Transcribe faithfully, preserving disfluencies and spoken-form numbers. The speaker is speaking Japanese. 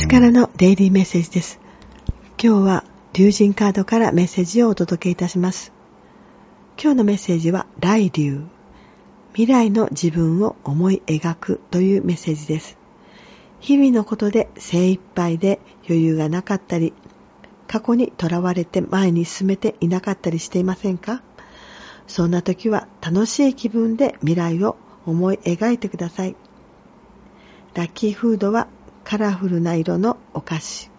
スからのデイリーメッセージです。今日は龍神カードからメッセージをお届けいたします。今日のメッセージは来龍、未来の自分を思い描くというメッセージです。日々のことで精一杯で余裕がなかったり、過去にとらわれて前に進めていなかったりしていませんか？そんな時は楽しい気分で未来を思い描いてください。ラッキーフードはカラフルな色のお菓子。